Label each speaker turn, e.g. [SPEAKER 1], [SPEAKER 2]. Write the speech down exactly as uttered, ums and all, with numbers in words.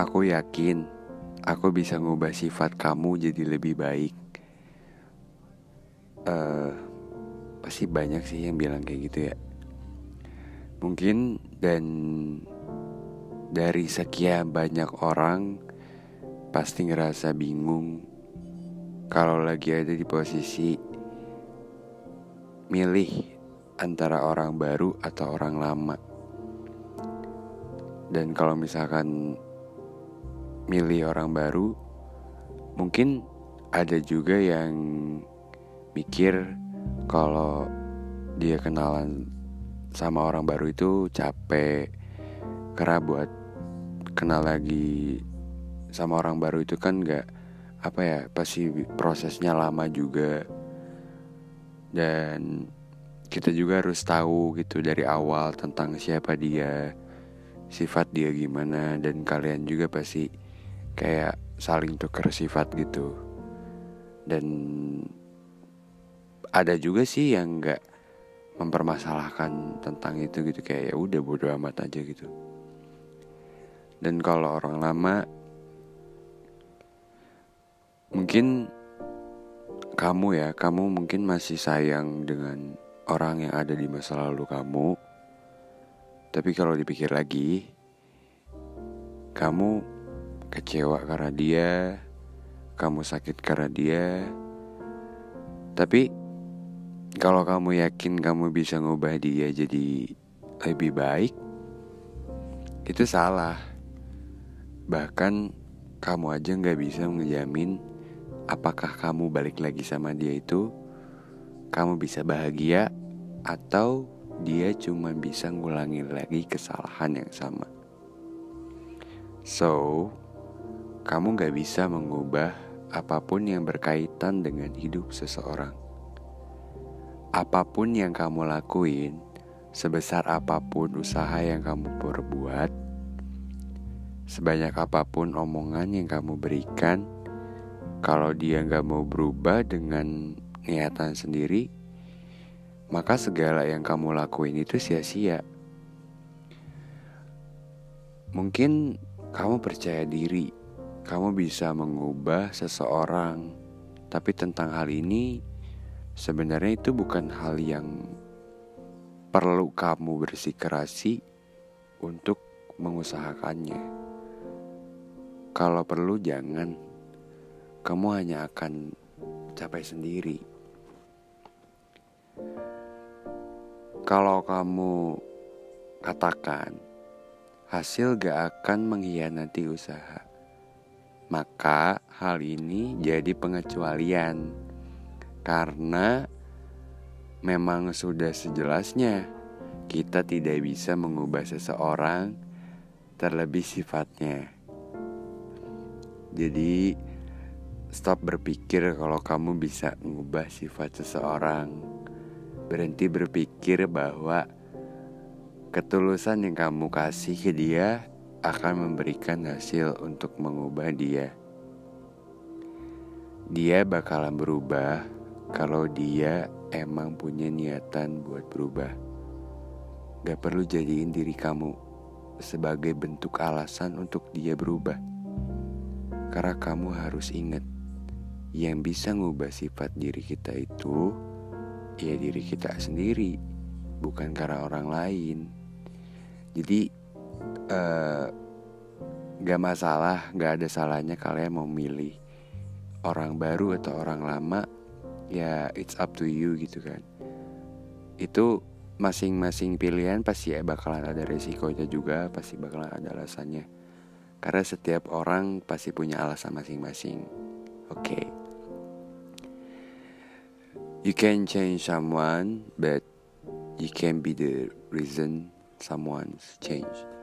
[SPEAKER 1] Aku yakin aku bisa ngubah sifat kamu jadi lebih baik. Eh, pasti banyak sih yang bilang kayak gitu ya. Mungkin dan dari sekian banyak orang pasti ngerasa bingung kalau lagi ada di posisi milih antara orang baru atau orang lama. Dan kalau misalkan milih orang baru, mungkin ada juga yang mikir kalau dia kenalan sama orang baru itu capek, karena buat kenal lagi sama orang baru itu kan gak, apa ya, pasti prosesnya lama juga. Dan kita juga harus tahu gitu dari awal tentang siapa dia, sifat dia gimana. Dan kalian juga pasti kayak saling tukar sifat gitu. Dan ada juga sih yang gak mempermasalahkan tentang itu gitu, kayak ya udah bodo amat aja gitu. Dan kalau orang lama, mungkin kamu ya, kamu mungkin masih sayang dengan orang yang ada di masa lalu kamu. Tapi kalau dipikir lagi, kamu kecewa karena dia, kamu sakit karena dia. Tapi kalau kamu yakin kamu bisa ngubah dia jadi lebih baik, itu salah. Bahkan kamu aja gak bisa ngejamin apakah kamu balik lagi sama dia itu kamu bisa bahagia, atau dia cuma bisa ngulangin lagi kesalahan yang sama. So, kamu gak bisa mengubah apapun yang berkaitan dengan hidup seseorang. Apapun yang kamu lakuin, sebesar apapun usaha yang kamu perbuat, sebanyak apapun omongan yang kamu berikan, kalau dia gak mau berubah dengan niatan sendiri, maka segala yang kamu lakuin itu sia-sia. Mungkin kamu percaya diri, kamu bisa mengubah seseorang. Tapi tentang hal ini, sebenarnya itu bukan hal yang perlu kamu bersikeras untuk mengusahakannya. Kalau perlu jangan, kamu hanya akan capai sendiri. Kalau kamu katakan hasil gak akan mengkhianati usaha, maka hal ini jadi pengecualian. Karena memang sudah sejelasnya kita tidak bisa mengubah seseorang, terlebih sifatnya. Jadi stop berpikir kalau kamu bisa mengubah sifat seseorang. Berhenti berpikir bahwa ketulusan yang kamu kasih ke dia akan memberikan hasil untuk mengubah dia. Dia bakalan berubah kalau dia emang punya niatan buat berubah. Gak perlu jadiin diri kamu sebagai bentuk alasan untuk dia berubah. Karena kamu harus ingat, yang bisa ngubah sifat diri kita itu ya diri kita sendiri, bukan karena orang lain. Jadi uh, gak masalah, gak ada salahnya kalian mau milih orang baru atau orang lama. Ya it's up to you gitu kan. Itu masing-masing pilihan pasti ya bakalan ada resikonya juga, pasti bakalan ada alasannya. Karena setiap orang pasti punya alasan masing-masing. Oke okay. You can change someone, but you can be the reason someone's change.